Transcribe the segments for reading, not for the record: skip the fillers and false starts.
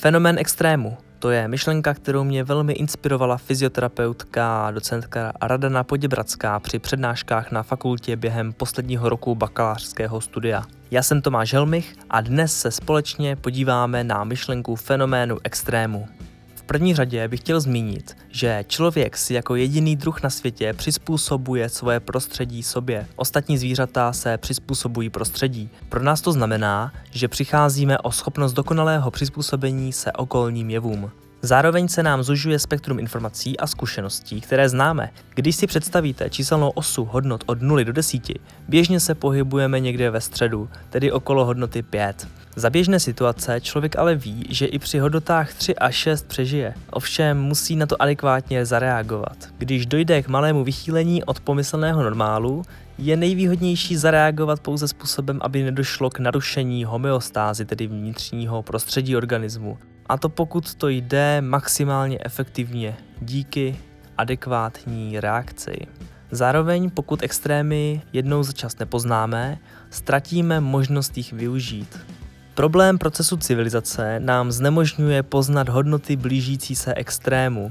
Fenomén extrému. To je myšlenka, kterou mě velmi inspirovala fyzioterapeutka docentka Radana Poděbradská při přednáškách na fakultě během posledního roku bakalářského studia. Já jsem Tomáš Helmich a dnes se společně podíváme na myšlenku fenoménu extrému. V první řadě bych chtěl zmínit, že člověk si jako jediný druh na světě přizpůsobuje svoje prostředí sobě. Ostatní zvířata se přizpůsobují prostředí. Pro nás to znamená, že přicházíme o schopnost dokonalého přizpůsobení se okolním jevům. Zároveň se nám zužuje spektrum informací a zkušeností, které známe. Když si představíte číselnou osu hodnot od 0 do 10, běžně se pohybujeme někde ve středu, tedy okolo hodnoty 5. Za běžné situace člověk ale ví, že i při hodnotách 3 a 6 přežije. Ovšem musí na to adekvátně zareagovat. Když dojde k malému vychýlení od pomyslného normálu, je nejvýhodnější zareagovat pouze způsobem, aby nedošlo k narušení homeostázy, tedy vnitřního prostředí organismu. A to pokud to jde maximálně efektivně, díky adekvátní reakci. Zároveň pokud extrémy jednou za čas nepoznáme, ztratíme možnost jich využít. Problém procesu civilizace nám znemožňuje poznat hodnoty blížící se extrému.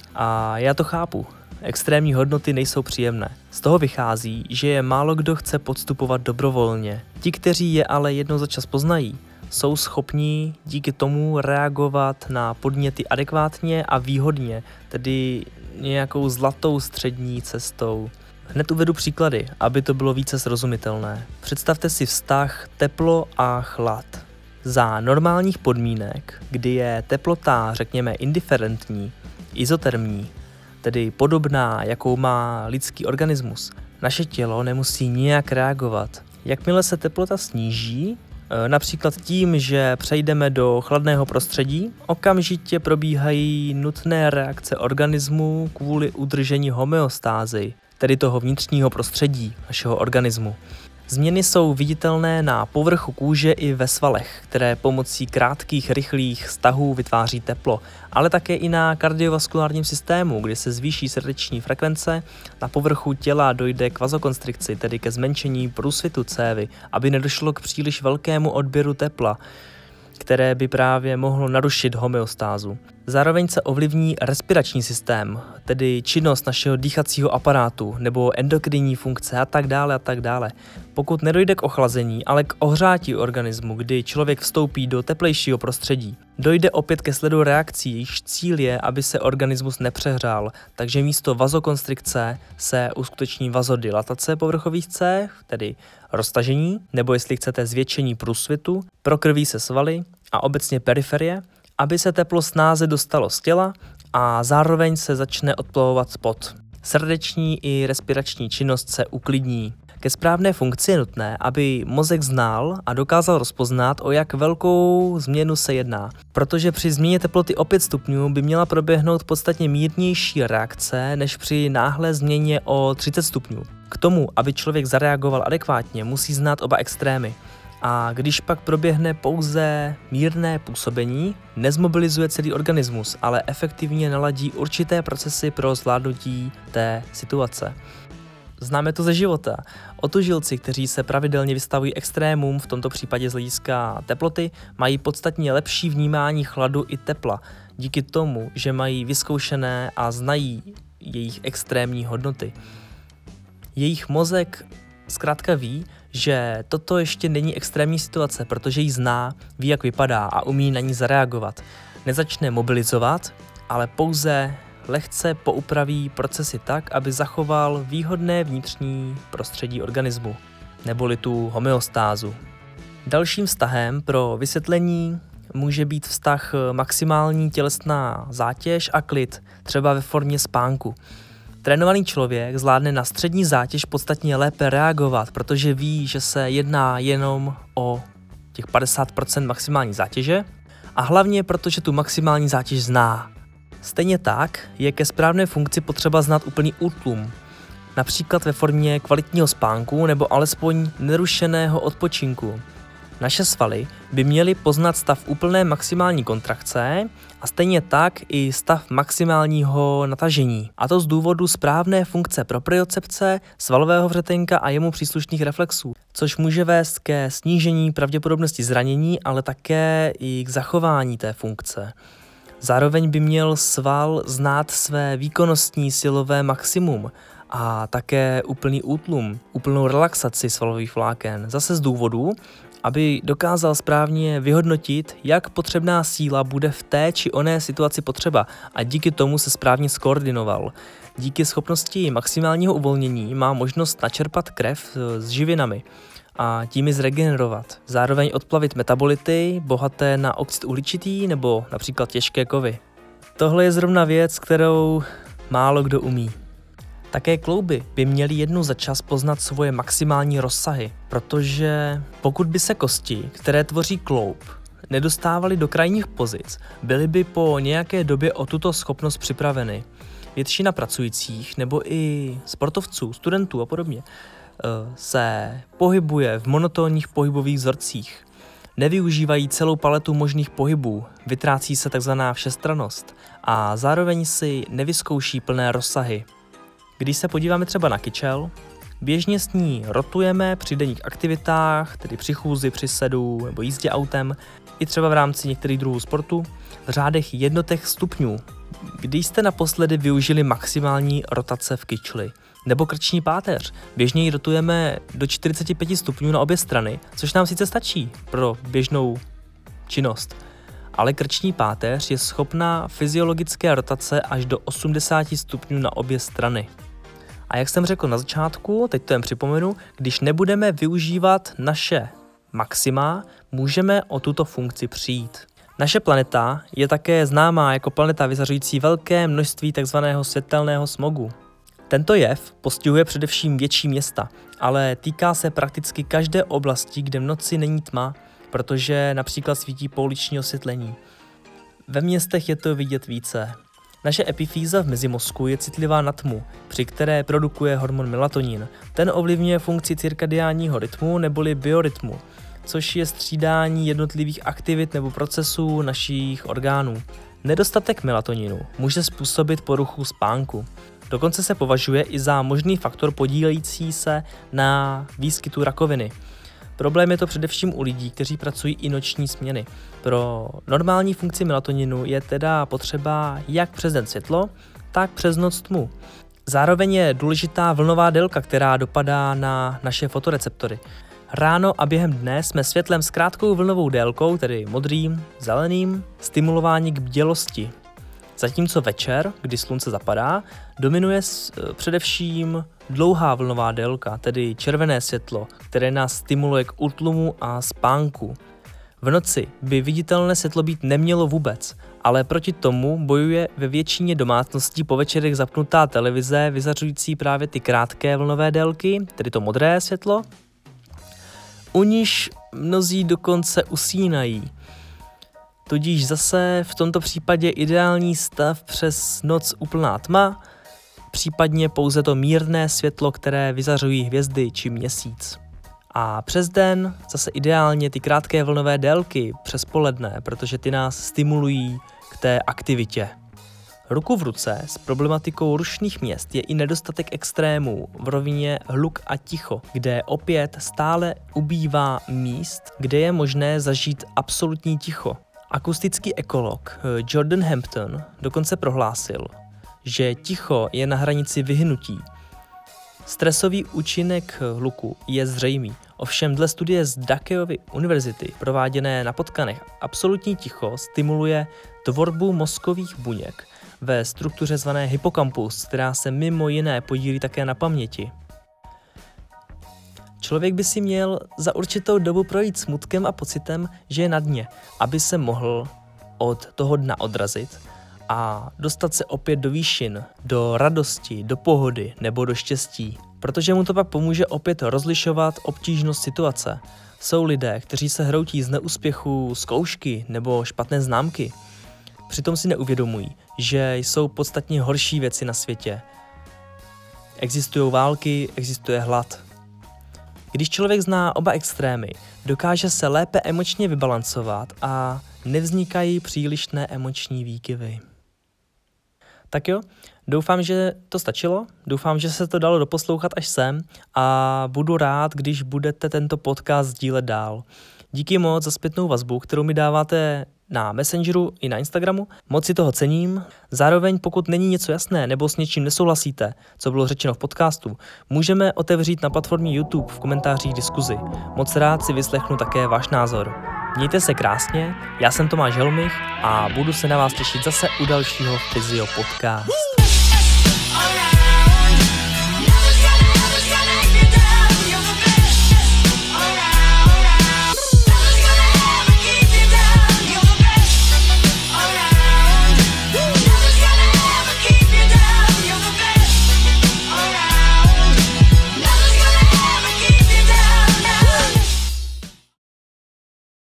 A já to chápu. Extrémní hodnoty nejsou příjemné. Z toho vychází, že je málo kdo chce podstupovat dobrovolně. Ti, kteří je ale jednou za čas poznají, jsou schopní díky tomu reagovat na podněty adekvátně a výhodně, tedy nějakou zlatou střední cestou. Hned uvedu příklady, aby to bylo více srozumitelné. Představte si vztah teplo a chlad. Za normálních podmínek, kdy je teplota, řekněme, indiferentní, izotermní, tedy podobná, jakou má lidský organismus, naše tělo nemusí nijak reagovat. Jakmile se teplota sníží, například tím, že přejdeme do chladného prostředí, okamžitě probíhají nutné reakce organismu kvůli udržení homeostázy, tedy toho vnitřního prostředí našeho organismu. Změny jsou viditelné na povrchu kůže i ve svalech, které pomocí krátkých, rychlých stahů vytváří teplo, ale také i na kardiovaskulárním systému, kdy se zvýší srdeční frekvence, na povrchu těla dojde k vazokonstrikci, tedy ke zmenšení průsvitu cévy, aby nedošlo k příliš velkému odběru tepla, které by právě mohlo narušit homeostázu. Zároveň se ovlivní respirační systém, tedy činnost našeho dýchacího aparátu nebo endokrinní funkce a tak dále a tak dále. Pokud nedojde k ochlazení, ale k ohřátí organismu, kdy člověk vstoupí do teplejšího prostředí, dojde opět ke sledu reakcí, jejichž cíl je, aby se organismus nepřehřál, takže místo vazokonstrikce se uskuteční vazodilatace povrchových cév, tedy roztažení, nebo jestli chcete zvětšení průsvitu, prokrví se svaly a obecně periferie, aby se teplo snáze dostalo z těla a zároveň se začne odplavovat spod. Srdeční i respirační činnost se uklidní. Ke správné funkci je nutné, aby mozek znal a dokázal rozpoznat, o jak velkou změnu se jedná. Protože při změně teploty o 5 stupňů by měla proběhnout podstatně mírnější reakce než při náhlé změně o 30 stupňů. K tomu, aby člověk zareagoval adekvátně, musí znát oba extrémy. A když pak proběhne pouze mírné působení, nezmobilizuje celý organismus, ale efektivně naladí určité procesy pro zvládnutí té situace. Známe to ze života. Otužilci, kteří se pravidelně vystavují extrémům, v tomto případě z hlediska teploty, mají podstatně lepší vnímání chladu i tepla, díky tomu, že mají vyzkoušené a znají jejich extrémní hodnoty. Jejich mozek zkrátka ví, že toto ještě není extrémní situace, protože ji zná, ví, jak vypadá a umí na ní zareagovat. Nezačne mobilizovat, ale pouze lehce poupraví procesy tak, aby zachoval výhodné vnitřní prostředí organismu, neboli tu homeostázu. Dalším vztahem pro vysvětlení může být vztah maximální tělesná zátěž a klid, třeba ve formě spánku. Trénovaný člověk zvládne na střední zátěž podstatně lépe reagovat, protože ví, že se jedná jenom o těch 50% maximální zátěže a hlavně protože tu maximální zátěž zná. Stejně tak je ke správné funkci potřeba znát úplný útlum, například ve formě kvalitního spánku nebo alespoň nerušeného odpočinku. Naše svaly by měly poznat stav úplné maximální kontrakce a stejně tak i stav maximálního natažení. A to z důvodu správné funkce propriocepce, svalového vřetenka a jemu příslušných reflexů, což může vést ke snížení pravděpodobnosti zranění, ale také i k zachování té funkce. Zároveň by měl sval znát své výkonnostní silové maximum a také úplný útlum, úplnou relaxaci svalových vláken. Zase z důvodu, aby dokázal správně vyhodnotit, jak potřebná síla bude v té či oné situaci potřeba a díky tomu se správně skoordinoval. Díky schopnosti maximálního uvolnění má možnost načerpat krev s živinami a tím ji zregenerovat. Zároveň odplavit metabolity bohaté na oxid uhličitý nebo například těžké kovy. Tohle je zrovna věc, kterou málo kdo umí. Také klouby by měly jednou za čas poznat svoje maximální rozsahy, protože pokud by se kosti, které tvoří kloub, nedostávaly do krajních pozic, byly by po nějaké době o tuto schopnost připraveny. Většina pracujících nebo i sportovců, studentů a podobně se pohybuje v monotónních pohybových vzorcích. Nevyužívají celou paletu možných pohybů, vytrácí se tzv. Všestrannost a zároveň si nevyzkouší plné rozsahy. Když se podíváme třeba na kyčel, běžně s ní rotujeme při denních aktivitách, tedy při chůzi, při sedu nebo jízdě autem, i třeba v rámci některých druhů sportu, v řádech jednotek stupňů. Když jste naposledy využili maximální rotace v kyčli, nebo krční páteř, běžně ji rotujeme do 45 stupňů na obě strany, což nám sice stačí pro běžnou činnost, ale krční páteř je schopná fyziologické rotace až do 80 stupňů na obě strany. A jak jsem řekl na začátku, teď to jen připomenu, když nebudeme využívat naše maxima, můžeme o tuto funkci přijít. Naše planeta je také známá jako planeta vyzařující velké množství tzv. Světelného smogu. Tento jev postihuje především větší města, ale týká se prakticky každé oblasti, kde v noci není tma, protože například svítí pouliční osvětlení. Ve městech je to vidět více. Naše epifýza v mezimozku je citlivá na tmu, při které produkuje hormon melatonin. Ten ovlivňuje funkci cirkadiánního rytmu neboli biorytmu, což je střídání jednotlivých aktivit nebo procesů našich orgánů. Nedostatek melatoninu může způsobit poruchu spánku. Dokonce se považuje i za možný faktor podílející se na výskytu rakoviny. Problém je to především u lidí, kteří pracují i noční směny. Pro normální funkci melatoninu je teda potřeba jak přes den světlo, tak přes noc tmu. Zároveň je důležitá vlnová délka, která dopadá na naše fotoreceptory. Ráno a během dne jsme světlem s krátkou vlnovou délkou, tedy modrým, zeleným, stimulováni k bdělosti. Zatímco večer, kdy slunce zapadá, dominuje především dlouhá vlnová délka, tedy červené světlo, které nás stimuluje k útlumu a spánku. V noci by viditelné světlo být nemělo vůbec, ale proti tomu bojuje ve většině domácností po večerech zapnutá televize, vyzařující právě ty krátké vlnové délky, tedy to modré světlo, u níž mnozí dokonce usínají. Tudíž zase v tomto případě ideální stav přes noc úplná tma, případně pouze to mírné světlo, které vyzařují hvězdy či měsíc. A přes den zase ideálně ty krátké vlnové délky přes poledne, protože ty nás stimulují k té aktivitě. Ruku v ruce s problematikou rušných měst je i nedostatek extrémů v rovině hluk a ticho, kde opět stále ubývá míst, kde je možné zažít absolutní ticho. Akustický ekolog Jordan Hampton dokonce prohlásil, že ticho je na hranici vyhnutí. Stresový účinek hluku je zřejmý, ovšem dle studie z Dakejovy univerzity prováděné na potkanech absolutní ticho stimuluje tvorbu mozkových buněk ve struktuře zvané hypokampus, která se mimo jiné podílí také na paměti. Člověk by si měl za určitou dobu projít smutkem a pocitem, že je na dně, aby se mohl od toho dna odrazit a dostat se opět do výšin, do radosti, do pohody nebo do štěstí, protože mu to pak pomůže opět rozlišovat obtížnost situace. Jsou lidé, kteří se hroutí z neúspěchu zkoušky nebo špatné známky. Přitom si neuvědomují, že jsou podstatně horší věci na světě. Existují války, existuje hlad. Když člověk zná oba extrémy, dokáže se lépe emočně vybalancovat a nevznikají přílišné emoční výkyvy. Tak jo, doufám, že to stačilo, doufám, že se to dalo doposlouchat až sem a budu rád, když budete tento podcast sdílet dál. Díky moc za zpětnou vazbu, kterou mi dáváte na Messengeru i na Instagramu. Moc si toho cením. Zároveň, pokud není něco jasné nebo s něčím nesouhlasíte, co bylo řečeno v podcastu, můžeme otevřít na platformě YouTube v komentářích diskuzi. Moc rád si vyslechnu také váš názor. Mějte se krásně, já jsem Tomáš Helmich a budu se na vás těšit zase u dalšího Fyzio Podcast.